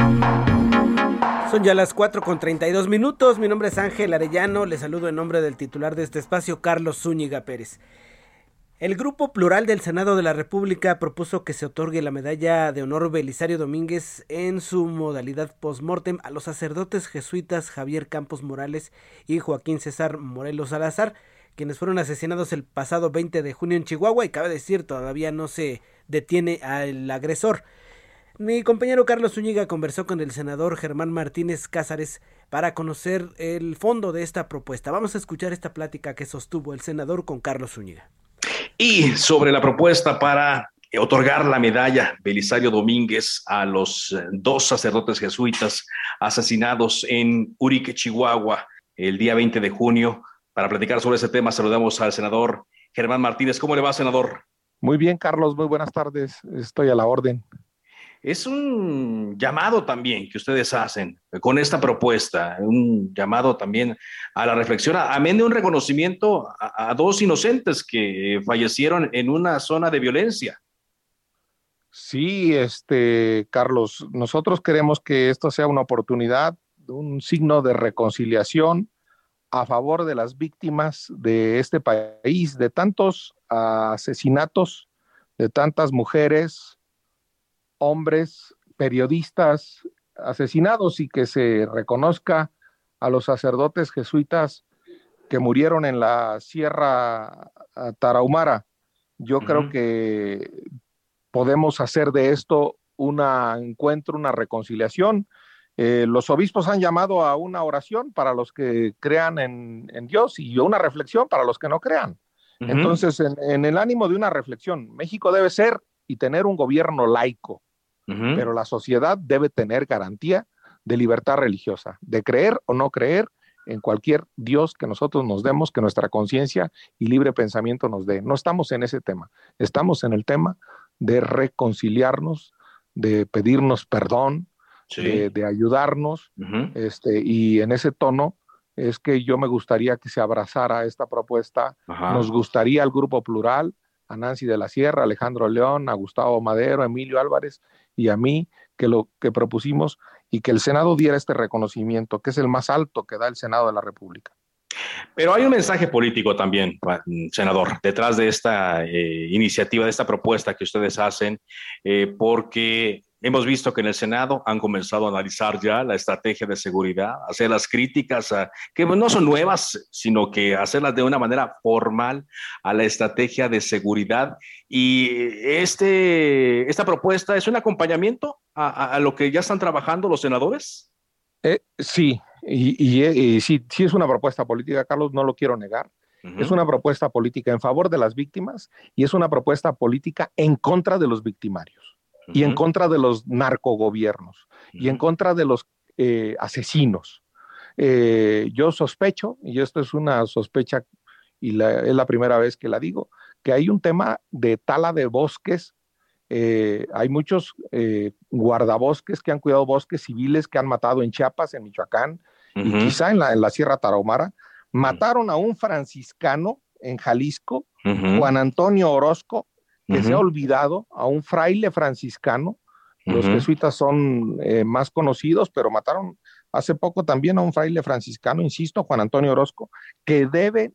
Son ya las cuatro con treinta y dos minutos, mi nombre es Ángel Arellano, les saludo en nombre del titular de este espacio, Carlos Zúñiga Pérez. El Grupo Plural del Senado de la República propuso que se otorgue la medalla de honor Belisario Domínguez en su modalidad post-mortem a los sacerdotes jesuitas Javier Campos Morales y Joaquín César Morelos Salazar, quienes fueron asesinados el pasado veinte de junio en Chihuahua, y cabe decir, todavía no se detiene al agresor. Mi compañero Carlos Zúñiga conversó con el senador Germán Martínez Cázares para conocer el fondo de esta propuesta. Vamos a escuchar esta plática que sostuvo el senador con Carlos Zúñiga. Y sobre la propuesta para otorgar la medalla Belisario Domínguez a los dos sacerdotes jesuitas asesinados en Urique, Chihuahua, el día veinte de junio. Para platicar sobre ese tema, saludamos al senador Germán Martínez. ¿Cómo le va, senador? Muy bien, Carlos. Muy buenas tardes. Estoy a la orden. Es un llamado también que ustedes hacen con esta propuesta, un llamado también a la reflexión, amén de un reconocimiento a, a dos inocentes que fallecieron en una zona de violencia. Sí, este, Carlos, nosotros queremos que esto sea una oportunidad, un signo de reconciliación a favor de las víctimas de este país, de tantos asesinatos, de tantas mujeres, hombres, periodistas asesinados, y que se reconozca a los sacerdotes jesuitas que murieron en la Sierra Tarahumara. Yo uh-huh. creo que podemos hacer de esto un encuentro, una reconciliación. Eh, los obispos han llamado a una oración para los que crean en, en Dios y a una reflexión para los que no crean. Uh-huh. Entonces, en, en el ánimo de una reflexión, México debe ser y tener un gobierno laico. Uh-huh. Pero la sociedad debe tener garantía de libertad religiosa, de creer o no creer en cualquier Dios que nosotros nos demos, que nuestra conciencia y libre pensamiento nos dé. No estamos en ese tema, estamos en el tema de reconciliarnos, de pedirnos perdón, sí. de, de ayudarnos, uh-huh. este, y en ese tono es que yo me gustaría que se abrazara esta propuesta. Uh-huh. Nos gustaría al Grupo Plural, a Nancy de la Sierra, a Alejandro León, a Gustavo Madero, a Emilio Álvarez y a mí, que lo que propusimos, y que el Senado diera este reconocimiento, que es el más alto que da el Senado de la República. Pero hay un mensaje político también, senador, detrás de esta eh, iniciativa, de esta propuesta que ustedes hacen, eh, porque hemos visto que en el Senado han comenzado a analizar ya la estrategia de seguridad, hacer las críticas, a, que no son nuevas, sino que hacerlas de una manera formal a la estrategia de seguridad. Y este, esta propuesta es un acompañamiento a, a, a lo que ya están trabajando los senadores. Eh, sí, y, y, y sí, sí es una propuesta política, Carlos, no lo quiero negar. Uh-huh. Es una propuesta política en favor de las víctimas y es una propuesta política en contra de los victimarios. Uh-huh. Y en contra de los narcogobiernos, uh-huh. y en contra de los eh, asesinos. Eh, yo sospecho, y esto es una sospecha, y la, es la primera vez que la digo, que hay un tema de tala de bosques. Eh, hay muchos eh, guardabosques que han cuidado bosques civiles que han matado en Chiapas, en Michoacán, uh-huh. y quizá en la, en la Sierra Tarahumara. Mataron uh-huh. a un franciscano en Jalisco, uh-huh. Juan Antonio Orozco, que uh-huh. se ha olvidado, a un fraile franciscano. Uh-huh. Los jesuitas son eh, más conocidos, pero mataron hace poco también a un fraile franciscano, insisto, Juan Antonio Orozco, que debe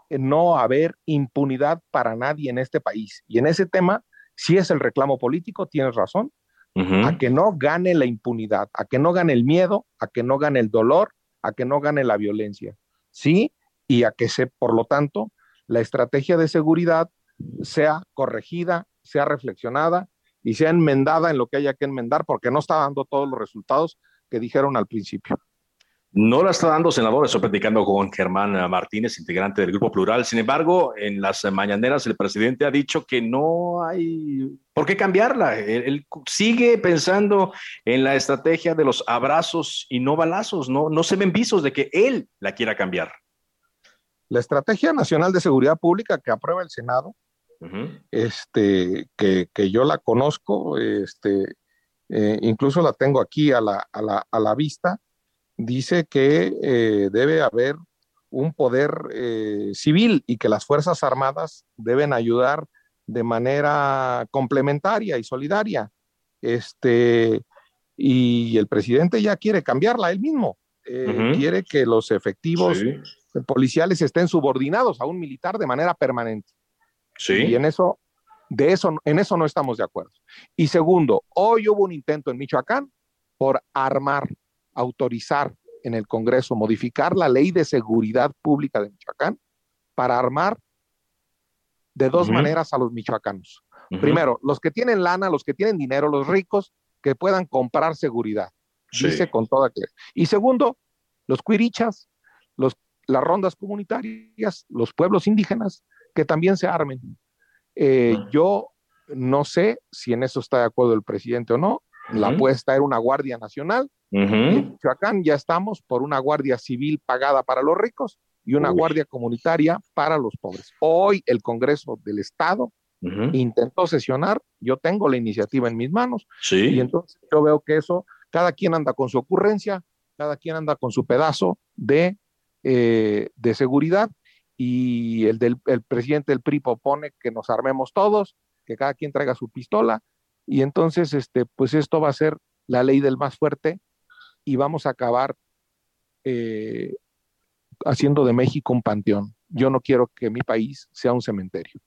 no haber impunidad para nadie en este país. Y en ese tema, si es el reclamo político, tienes razón, uh-huh. a que no gane la impunidad, a que no gane el miedo, a que no gane el dolor, a que no gane la violencia, ¿sí? Y a que se, por lo tanto, la estrategia de seguridad sea corregida, sea reflexionada y sea enmendada en lo que haya que enmendar, porque no está dando todos los resultados que dijeron al principio. No la está dando, senador. Estoy platicando con Germán Martínez, integrante del Grupo Plural. Sin embargo, en las mañaneras el presidente ha dicho que no hay por qué cambiarla. Él, él sigue pensando en la estrategia de los abrazos y no balazos. No, no se ven visos de que él la quiera cambiar. La Estrategia Nacional de Seguridad Pública que aprueba el Senado, uh-huh. este, que, que yo la conozco, este, eh, incluso la tengo aquí a la, a la, a la vista, dice que eh, debe haber un poder eh, civil y que las Fuerzas Armadas deben ayudar de manera complementaria y solidaria. Este, y el presidente ya quiere cambiarla él mismo. Eh, uh-huh. Quiere que los efectivos sí. policiales estén subordinados a un militar de manera permanente. Sí. Y en eso, de eso, en eso no estamos de acuerdo. Y segundo, hoy hubo un intento en Michoacán por armar, autorizar en el Congreso, modificar la ley de seguridad pública de Michoacán para armar de dos uh-huh. maneras a los michoacanos. Uh-huh. Primero, los que tienen lana, los que tienen dinero, los ricos, que puedan comprar seguridad. Sí. Dice con toda claridad. Y segundo, los cuirichas, los, las rondas comunitarias, los pueblos indígenas, que también se armen. Eh, uh-huh. Yo no sé si en eso está de acuerdo el presidente o no. Uh-huh. La apuesta era una Guardia Nacional. Uh-huh. En Michoacán ya estamos por una Guardia Civil pagada para los ricos y una Uy. Guardia Comunitaria para los pobres. Hoy el Congreso del Estado uh-huh. intentó sesionar, yo tengo la iniciativa en mis manos, sí. y entonces yo veo que eso, cada quien anda con su ocurrencia, cada quien anda con su pedazo de, eh, de seguridad, y el, del, el presidente del P R I propone que nos armemos todos, que cada quien traiga su pistola, y entonces este, pues esto va a ser la ley del más fuerte, y vamos a acabar eh, haciendo de México un panteón. Yo no quiero que mi país sea un cementerio.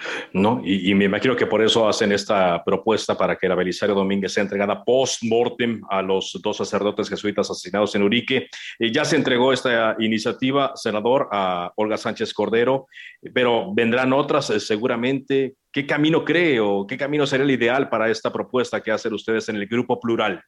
No, y, y me imagino que por eso hacen esta propuesta para que la Belisario Domínguez sea entregada post-mortem a los dos sacerdotes jesuitas asesinados en Urique. Eh, ya se entregó esta iniciativa, senador, a Olga Sánchez Cordero, pero vendrán otras eh, seguramente. ¿Qué camino cree o qué camino sería el ideal para esta propuesta que hacen ustedes en el Grupo Plural?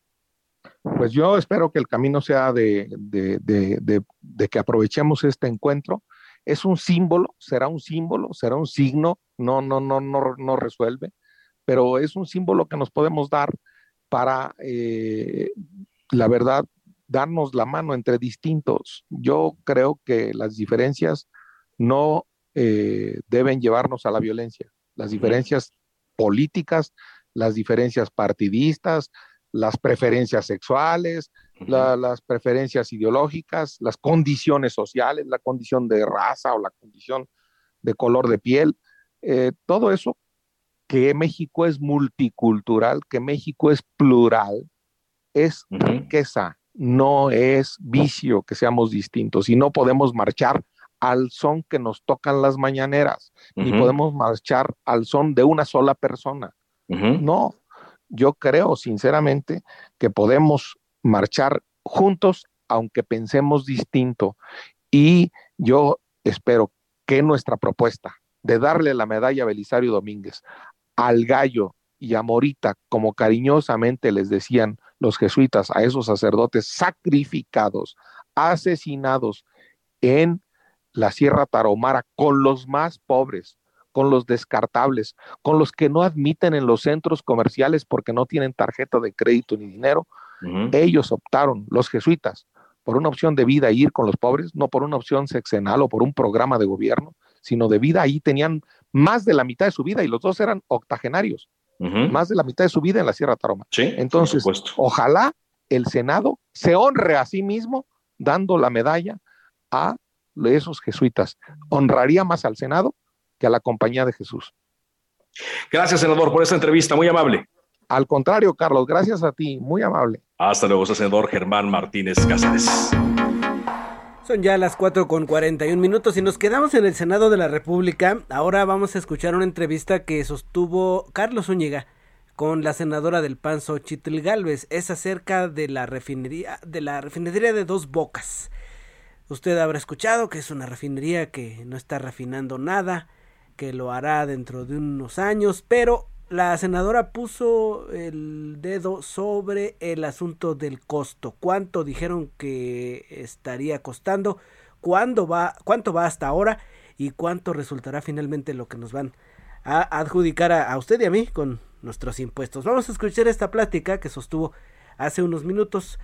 Pues yo espero que el camino sea de, de, de, de, de que aprovechemos este encuentro. Es un símbolo, será un símbolo, será un signo, no, no, no, no, no resuelve, pero es un símbolo que nos podemos dar para, eh, la verdad, darnos la mano entre distintos. Yo creo que las diferencias no eh, deben llevarnos a la violencia. Las diferencias políticas, las diferencias partidistas, las preferencias sexuales, uh-huh. la, las preferencias ideológicas, las condiciones sociales, la condición de raza o la condición de color de piel, eh, todo eso, que México es multicultural, que México es plural, es uh-huh. riqueza, no es vicio que seamos distintos, y no podemos marchar al son que nos tocan las mañaneras, uh-huh. ni podemos marchar al son de una sola persona. Uh-huh. No, yo creo sinceramente que podemos marchar juntos, aunque pensemos distinto, y yo espero que nuestra propuesta de darle la medalla a Belisario Domínguez, al Gallo y a Morita, como cariñosamente les decían los jesuitas a esos sacerdotes sacrificados, asesinados en la Sierra Tarahumara, con los más pobres, con los descartables, con los que no admiten en los centros comerciales porque no tienen tarjeta de crédito ni dinero. Uh-huh. Ellos optaron, los jesuitas, por una opción de vida, ir con los pobres, no por una opción sexenal o por un programa de gobierno, sino de vida. Ahí tenían más de la mitad de su vida, y los dos eran octogenarios, uh-huh. más de la mitad de su vida en la Sierra Tarahumara. Sí, entonces, ojalá el Senado se honre a sí mismo dando la medalla a esos jesuitas. Honraría más al Senado que a la Compañía de Jesús. Gracias, senador, por esta entrevista, muy amable. Al contrario, Carlos, gracias a ti, muy amable. Hasta luego, senador Germán Martínez Cáceres. Son ya las cuatro con cuarenta y un minutos y nos quedamos en el Senado de la República. Ahora vamos a escuchar una entrevista que sostuvo Carlos Zúñiga con la senadora del P A N, Xóchitl Gálvez. Es acerca de la refinería de la refinería de Dos Bocas. Usted habrá escuchado que es una refinería que no está refinando nada, que lo hará dentro de unos años, pero la senadora puso el dedo sobre el asunto del costo. ¿Cuánto dijeron que estaría costando? ¿Cuándo va, cuánto va hasta ahora? ¿Y cuánto resultará finalmente lo que nos van a adjudicar a, a usted y a mí con nuestros impuestos? Vamos a escuchar esta plática que sostuvo hace unos minutos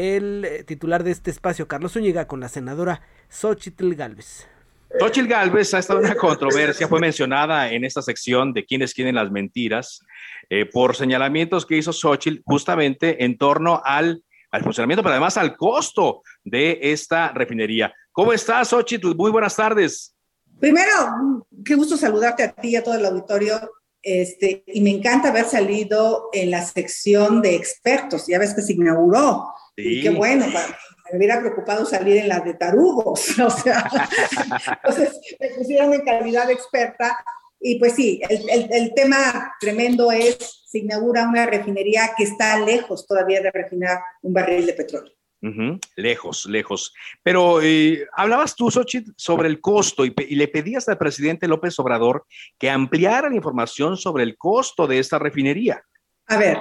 el titular de este espacio, Carlos Zúñiga, con la senadora Xóchitl Gálvez. Xóchitl Gálvez ha estado en una controversia, fue mencionada en esta sección de quiénes quieren las mentiras, eh, por señalamientos que hizo Xóchitl justamente en torno al, al funcionamiento, pero además al costo de esta refinería. ¿Cómo estás, Xóchitl? Muy buenas tardes. Primero, qué gusto saludarte a ti y a todo el auditorio, este, y me encanta haber salido en la sección de expertos, ya ves que se inauguró, sí. Y qué bueno, para me hubiera preocupado salir en la de tarugos, o sea, entonces me pusieron en calidad de experta, y pues sí, el, el, el tema tremendo es, se inaugura una refinería que está lejos todavía de refinar un barril de petróleo. Uh-huh. Lejos, lejos. Pero eh, hablabas tú, Xóchitl, sobre el costo y, pe- y le pedías al presidente López Obrador que ampliara la información sobre el costo de esta refinería. A ver,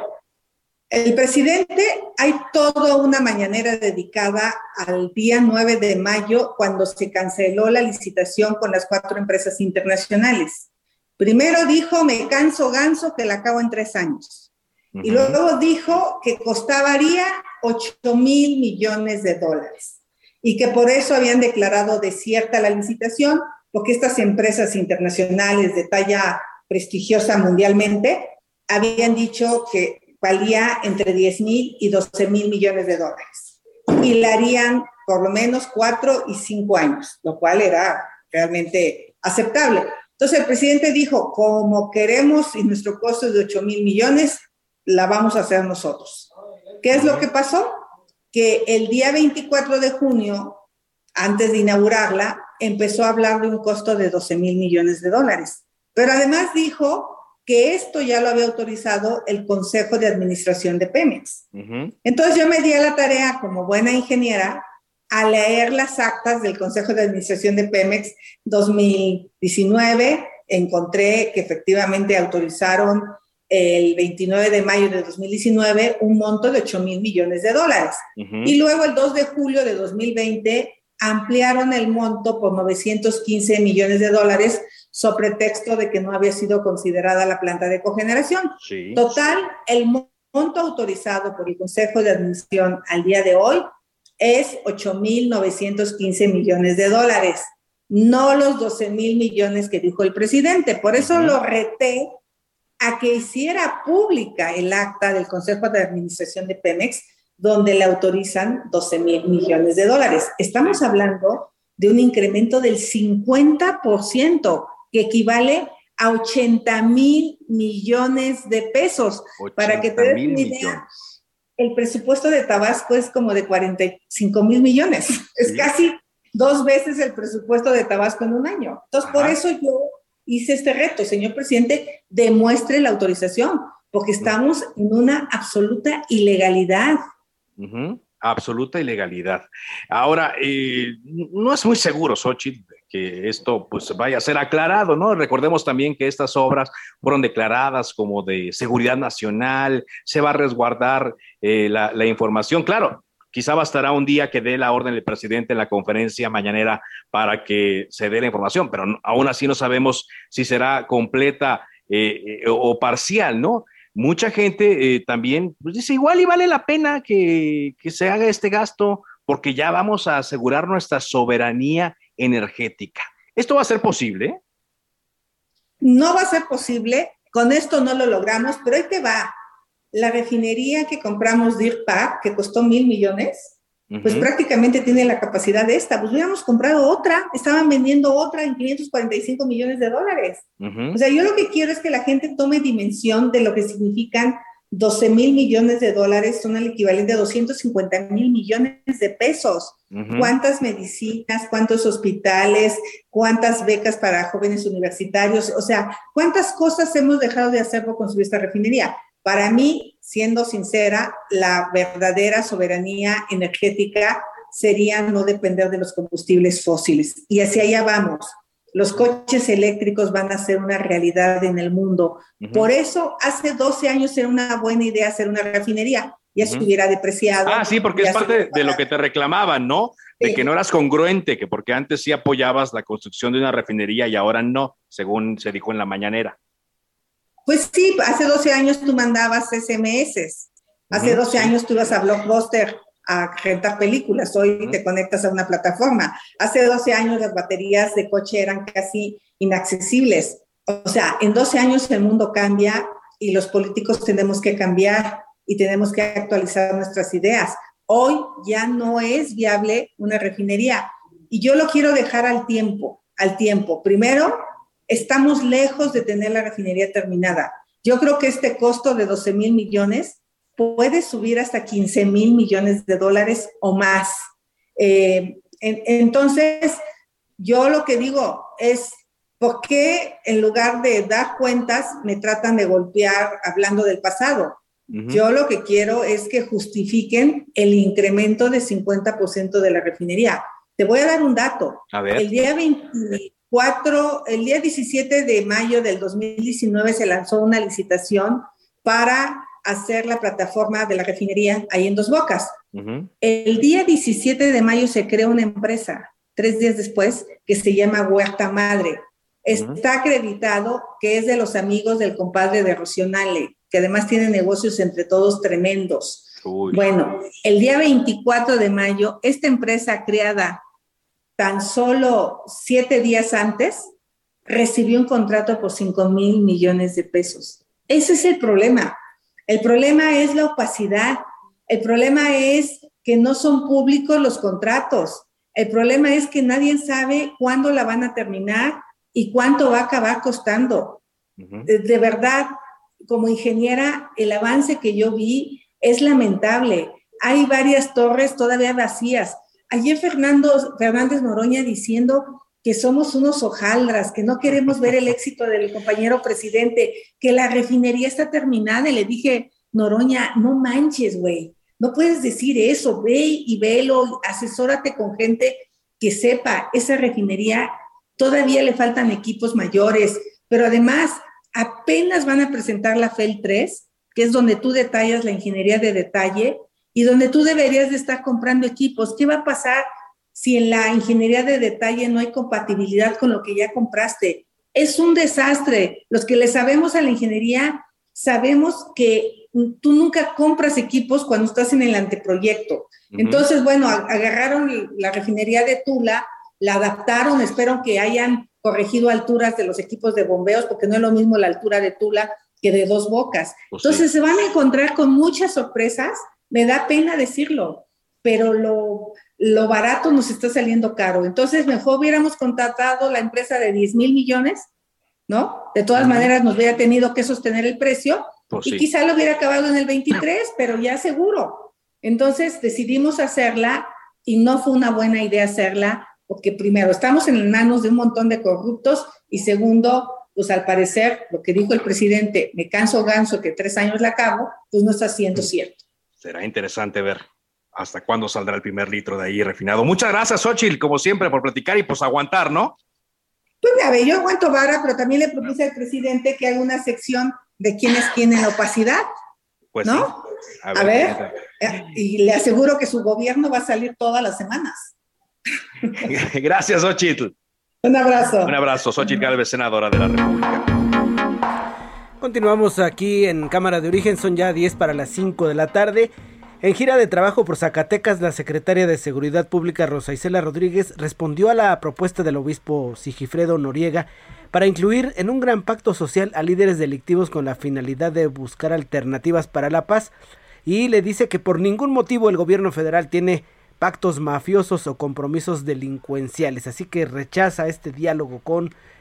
el presidente, hay toda una mañanera dedicada al día nueve de mayo, cuando se canceló la licitación con las cuatro empresas internacionales. Primero dijo, me canso ganso, que la acabo en tres años. Uh-huh. Y luego dijo que costaría ocho mil millones de dólares y que por eso habían declarado desierta la licitación, porque estas empresas internacionales de talla prestigiosa mundialmente habían dicho que valía entre diez mil y doce mil millones de dólares y la harían por lo menos cuatro y cinco años, lo cual era realmente aceptable. Entonces el presidente dijo, como queremos y nuestro costo es de ocho mil millones, la vamos a hacer nosotros. ¿Qué es lo que pasó? Que el día veinticuatro de junio, antes de inaugurarla, empezó a hablar de un costo de doce mil millones de dólares. Pero además dijo que esto ya lo había autorizado el Consejo de Administración de Pemex. Uh-huh. Entonces yo me di a la tarea, como buena ingeniera, a leer las actas del Consejo de Administración de Pemex dos mil diecinueve. Encontré que efectivamente autorizaron el veintinueve de mayo de dos mil diecinueve un monto de ocho mil millones de dólares. Uh-huh. Y luego el dos de julio de dos mil veinte ampliaron el monto por novecientos quince millones de dólares sobre pretexto de que no había sido considerada la planta de cogeneración. Sí. Total, el monto autorizado por el Consejo de Administración al día de hoy es ocho mil novecientos quince millones de dólares, no los doce mil millones que dijo el presidente. Por eso uh-huh. lo reté a que hiciera pública el acta del Consejo de Administración de Pemex, donde le autorizan doce mil millones de dólares. Estamos hablando de un incremento del cincuenta por ciento, que equivale a ochenta mil millones de pesos. Para que te des una idea, millones. El presupuesto de Tabasco es como de cuarenta y cinco mil millones. ¿Sí? Es casi dos veces el presupuesto de Tabasco en un año. Entonces, Ajá. por eso yo hice este reto, señor presidente, demuestre la autorización, porque estamos en una absoluta ilegalidad. Uh-huh. Absoluta ilegalidad. Ahora, eh, no es muy seguro, Xóchitl, que esto pues vaya a ser aclarado, ¿no? Recordemos también que estas obras fueron declaradas como de seguridad nacional, se va a resguardar eh, la, la información. Claro, quizá bastará un día que dé la orden el presidente en la conferencia mañanera para que se dé la información, pero no, aún así no sabemos si será completa eh, eh, o parcial, ¿no? Mucha gente eh, también pues dice, igual y vale la pena que, que se haga este gasto porque ya vamos a asegurar nuestra soberanía energética. ¿Esto va a ser posible? No va a ser posible, con esto no lo logramos, pero ahí te va. La refinería que compramos Deer Park, que costó mil millones, uh-huh. pues prácticamente tiene la capacidad de esta. Pues hubiéramos comprado otra, estaban vendiendo otra en quinientos cuarenta y cinco millones de dólares. Uh-huh. O sea, yo lo que quiero es que la gente tome dimensión de lo que significan doce mil millones de dólares son el equivalente a doscientos cincuenta mil millones de pesos. Uh-huh. ¿Cuántas medicinas, cuántos hospitales, cuántas becas para jóvenes universitarios? O sea, ¿cuántas cosas hemos dejado de hacer por construir esta refinería? Para mí, siendo sincera, la verdadera soberanía energética sería no depender de los combustibles fósiles. Y hacia allá vamos. Los coches eléctricos van a ser una realidad en el mundo. Uh-huh. Por eso, hace doce años era una buena idea hacer una refinería. Ya uh-huh. se hubiera depreciado. Ah, sí, porque es parte de lo que te reclamaban, ¿no? De sí. que no eras congruente, que porque antes sí apoyabas la construcción de una refinería y ahora no, según se dijo en la mañanera. Pues sí, hace doce años tú mandabas S M S. Hace uh-huh. doce años tú ibas a Blockbuster a rentar películas, hoy uh-huh. te conectas a una plataforma. Hace doce años las baterías de coche eran casi inaccesibles. O sea, en doce años el mundo cambia y los políticos tenemos que cambiar y tenemos que actualizar nuestras ideas. Hoy ya no es viable una refinería y yo lo quiero dejar al tiempo, al tiempo. Primero, estamos lejos de tener la refinería terminada. Yo creo que este costo de doce mil millones puede subir hasta quince mil millones de dólares o más. Eh, en, entonces, yo lo que digo es, ¿por qué en lugar de dar cuentas me tratan de golpear hablando del pasado? Uh-huh. Yo lo que quiero es que justifiquen el incremento de cincuenta por ciento de la refinería. Te voy a dar un dato. A ver. El día veinticuatro, el día diecisiete de mayo del dos mil diecinueve se lanzó una licitación para hacer la plataforma de la refinería ahí en Dos Bocas. Uh-huh. El día diecisiete de mayo se creó una empresa, tres días después, que se llama Huerta Madre. Uh-huh. Está acreditado que es de los amigos del compadre de Rocío Nale, que además tiene negocios entre todos tremendos. Uy. Bueno, el día veinticuatro de mayo, esta empresa creada tan solo siete días antes, recibió un contrato por cinco mil millones de pesos. Ese es el problema. El problema es la opacidad. El problema es que no son públicos los contratos. El problema es que nadie sabe cuándo la van a terminar y cuánto va a acabar costando. Uh-huh. De, de verdad, como ingeniera, el avance que yo vi es lamentable. Hay varias torres todavía vacías. Ayer Fernando Fernández Noroña diciendo que somos unos hojaldras, que no queremos ver el éxito del compañero presidente, que la refinería está terminada. Y le dije, Noroña, no manches, güey, no puedes decir eso, ve y velo, asesórate con gente que sepa. Esa refinería todavía le faltan equipos mayores, pero además apenas van a presentar la F E L tres, que es donde tú detallas la ingeniería de detalle y donde tú deberías de estar comprando equipos. ¿Qué va a pasar si en la ingeniería de detalle no hay compatibilidad con lo que ya compraste? Es un desastre. Los que le sabemos a la ingeniería sabemos que tú nunca compras equipos cuando estás en el anteproyecto. Uh-huh. Entonces, bueno, agarraron la refinería de Tula, la adaptaron, espero que hayan corregido alturas de los equipos de bombeos, porque no es lo mismo la altura de Tula que de Dos Bocas. Pues entonces sí, se van a encontrar con muchas sorpresas. Me da pena decirlo, pero lo... lo barato nos está saliendo caro. Entonces, mejor hubiéramos contratado la empresa de diez mil millones, ¿no? De todas uh-huh. maneras, nos hubiera tenido que sostener el precio pues y sí. quizá lo hubiera acabado en el veintitrés, pero ya seguro. Entonces, decidimos hacerla y no fue una buena idea hacerla porque, primero, estamos en manos de un montón de corruptos y, segundo, pues al parecer, lo que dijo el presidente, me canso ganso que tres años la acabo, pues no está siendo cierto. Será interesante ver hasta cuándo saldrá el primer litro de ahí refinado. Muchas gracias, Xóchitl, como siempre, por platicar y pues aguantar, ¿no? Pues a ver, yo aguanto vara, pero también le propuse al presidente que haga una sección de quienes tienen la opacidad, pues ¿no? Sí. A ver, a ver eh, y le aseguro que su gobierno va a salir todas las semanas. Gracias, Xóchitl. Un abrazo. Un abrazo, Xóchitl Gálvez, senadora de la República. Continuamos aquí en Cámara de Origen, son ya diez para las cinco de la tarde. En gira de trabajo por Zacatecas, la secretaria de Seguridad Pública Rosa Isela Rodríguez respondió a la propuesta del obispo Sigifredo Noriega para incluir en un gran pacto social a líderes delictivos con la finalidad de buscar alternativas para la paz, y le dice que por ningún motivo el gobierno federal tiene pactos mafiosos o compromisos delincuenciales, así que rechaza este diálogo con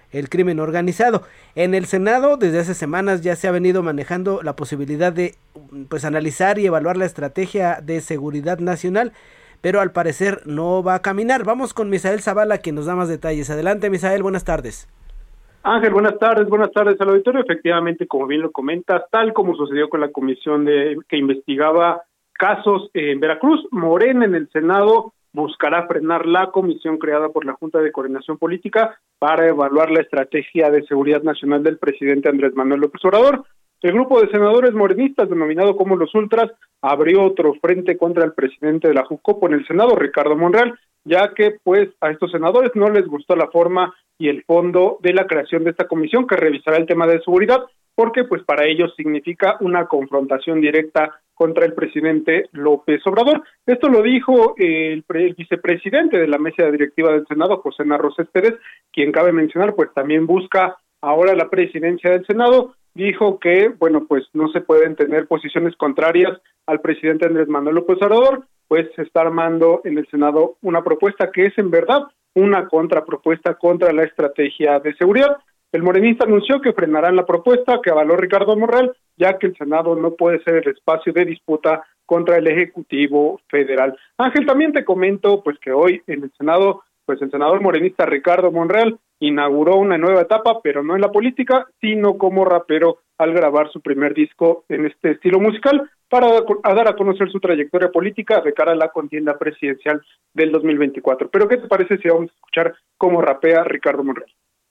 el crimen organizado. En el Senado, desde hace semanas ya se ha venido manejando la posibilidad de pues analizar y evaluar la estrategia de seguridad nacional, pero al parecer no va a caminar. Vamos con Misael Zavala, quien nos da más detalles. Adelante, Misael, buenas tardes. Ángel, buenas tardes, buenas tardes al auditorio. Efectivamente, como bien lo comentas, tal como sucedió con la comisión de que investigaba casos en Veracruz, Morena en el Senado buscará frenar la comisión creada por la Junta de Coordinación Política para evaluar la estrategia de seguridad nacional del presidente Andrés Manuel López Obrador. El grupo de senadores morenistas, denominado como los Ultras, abrió otro frente contra el presidente de la Jucopo en el Senado, Ricardo Monreal, ya que pues a estos senadores no les gustó la forma y el fondo de la creación de esta comisión que revisará el tema de seguridad, porque pues para ellos significa una confrontación directa contra el presidente López Obrador. Esto lo dijo el, pre, el vicepresidente de la mesa directiva del Senado, José Narro Céspedes, quien cabe mencionar pues también busca ahora la presidencia del Senado. Dijo que, bueno, pues no se pueden tener posiciones contrarias al presidente Andrés Manuel López Obrador, pues se está armando en el Senado una propuesta que es en verdad una contrapropuesta contra la estrategia de seguridad. El morenista anunció que frenarán la propuesta que avaló Ricardo Monreal, ya que el Senado no puede ser el espacio de disputa contra el Ejecutivo Federal. Ángel, también te comento pues que hoy en el Senado, pues el senador morenista Ricardo Monreal inauguró una nueva etapa, pero no en la política, sino como rapero al grabar su primer disco en este estilo musical para a dar a conocer su trayectoria política de cara a la contienda presidencial del dos mil veinticuatro. Pero ¿qué te parece si vamos a escuchar cómo rapea Ricardo Monreal?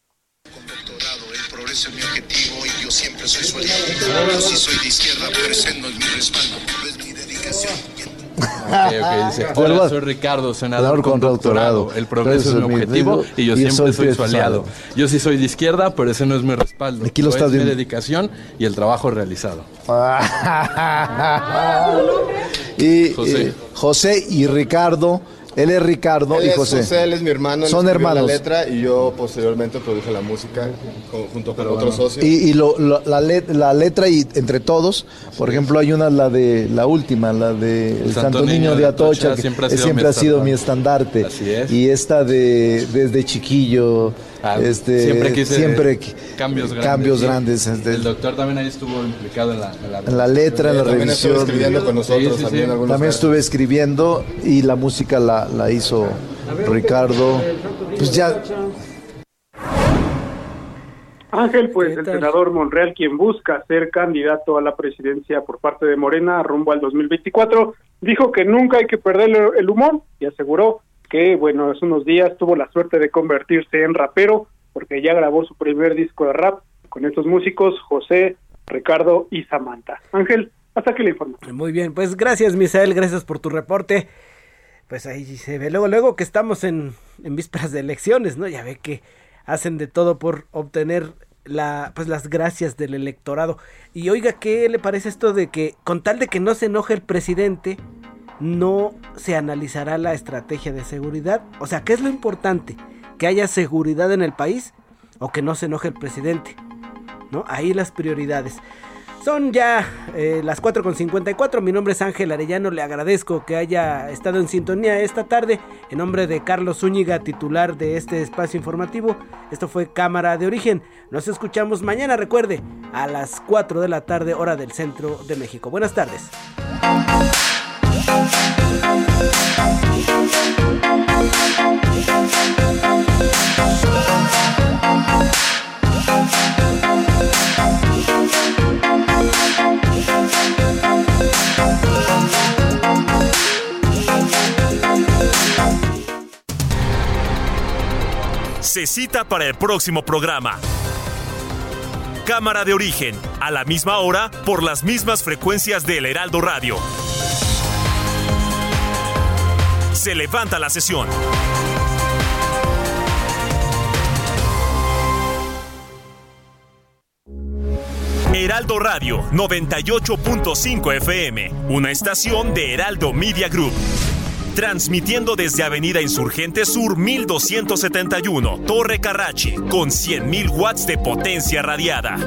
El progreso es mi objetivo y yo siempre soy su aliado. Yo sí soy de izquierda, pero ese no es mi respaldo, es mi dedicación. Okay, okay, dice, hola, soy Ricardo, senador con doctorado. El progreso es mi objetivo y yo siempre soy su aliado. Yo sí soy de izquierda, pero ese no es mi respaldo. Aquí lo estás viendo. Es mi dedicación y el trabajo realizado. y José. Eh, José y Ricardo. Él es Ricardo él y es José. José, él es mi hermano. Son hermanos. La letra y yo posteriormente produje la música con, junto con Pero otros bueno. socios. Y, y lo, lo, la, let, la letra y entre todos, por ejemplo, hay una, la de la última, la de El, el Santo, Santo Niño de Atocha, Atocha que siempre ha sido, siempre mi, ha sido mi estandarte. Así es. Y esta de Desde Chiquillo. Ah, este, siempre quise siempre cambios grandes. Cambios grandes este, el doctor también ahí estuvo implicado en la, en la, en la letra, en la también revisión. Estuve escribiendo con nosotros. Sí, sí, también sí. también estuve escribiendo y la música la, la hizo Ricardo. Pues ya. Ángel, pues el senador Monreal, quien busca ser candidato a la presidencia por parte de Morena rumbo al dos mil veinticuatro, dijo que nunca hay que perder el humor y aseguró que, bueno, hace unos días tuvo la suerte de convertirse en rapero porque ya grabó su primer disco de rap con estos músicos, José, Ricardo y Samantha. Ángel, hasta aquí la información. Muy bien, pues gracias, Misael, gracias por tu reporte. Pues ahí se ve luego, luego que estamos en, en vísperas de elecciones, ¿no? Ya ve que hacen de todo por obtener la, pues las gracias del electorado. Y oiga, ¿qué le parece esto de que con tal de que no se enoje el presidente, no se analizará la estrategia de seguridad? O sea, ¿qué es lo importante? ¿Que haya seguridad en el país o que no se enoje el presidente? ¿No? Ahí las prioridades. Son ya eh, las cuatro con cincuenta y cuatro, mi nombre es Ángel Arellano, le agradezco que haya estado en sintonía esta tarde. En nombre de Carlos Zúñiga, titular de este espacio informativo, esto fue Cámara de Origen. Nos escuchamos mañana, recuerde, a las cuatro de la tarde, hora del centro de México. Buenas tardes. Se cita para el próximo programa. Cámara de Origen, a la misma hora, por las mismas frecuencias del Heraldo Radio. Se levanta la sesión. Heraldo Radio noventa y ocho punto cinco F M, una estación de Heraldo Media Group. Transmitiendo desde Avenida Insurgente Sur mil doscientos setenta y uno, Torre Carrachi, con cien mil watts de potencia radiada.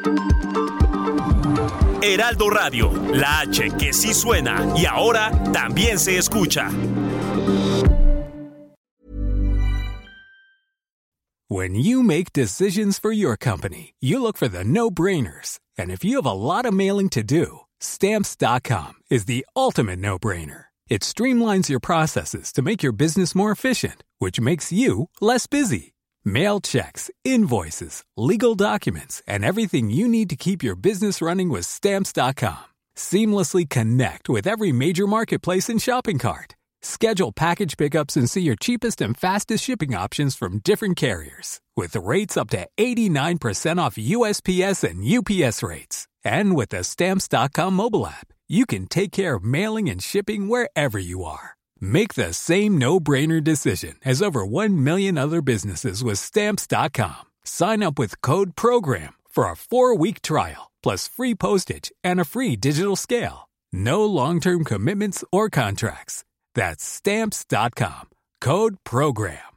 Heraldo Radio, la H que sí suena y ahora también se escucha. When you make decisions for your company, you look for the no-brainers. And if you have a lot of mailing to do, Stamps dot com is the ultimate no-brainer. It streamlines your processes to make your business more efficient, which makes you less busy. Mail checks, invoices, legal documents, and everything you need to keep your business running with Stamps dot com. Seamlessly connect with every major marketplace and shopping cart. Schedule package pickups and see your cheapest and fastest shipping options from different carriers, with rates up to eighty-nine percent off U S P S and U P S rates. And with the Stamps dot com mobile app, you can take care of mailing and shipping wherever you are. Make the same no-brainer decision as over one million other businesses with Stamps dot com. Sign up with code PROGRAM for a four-week trial, plus free postage and a free digital scale. No long-term commitments or contracts. That's Stamps dot com. Code PROGRAM.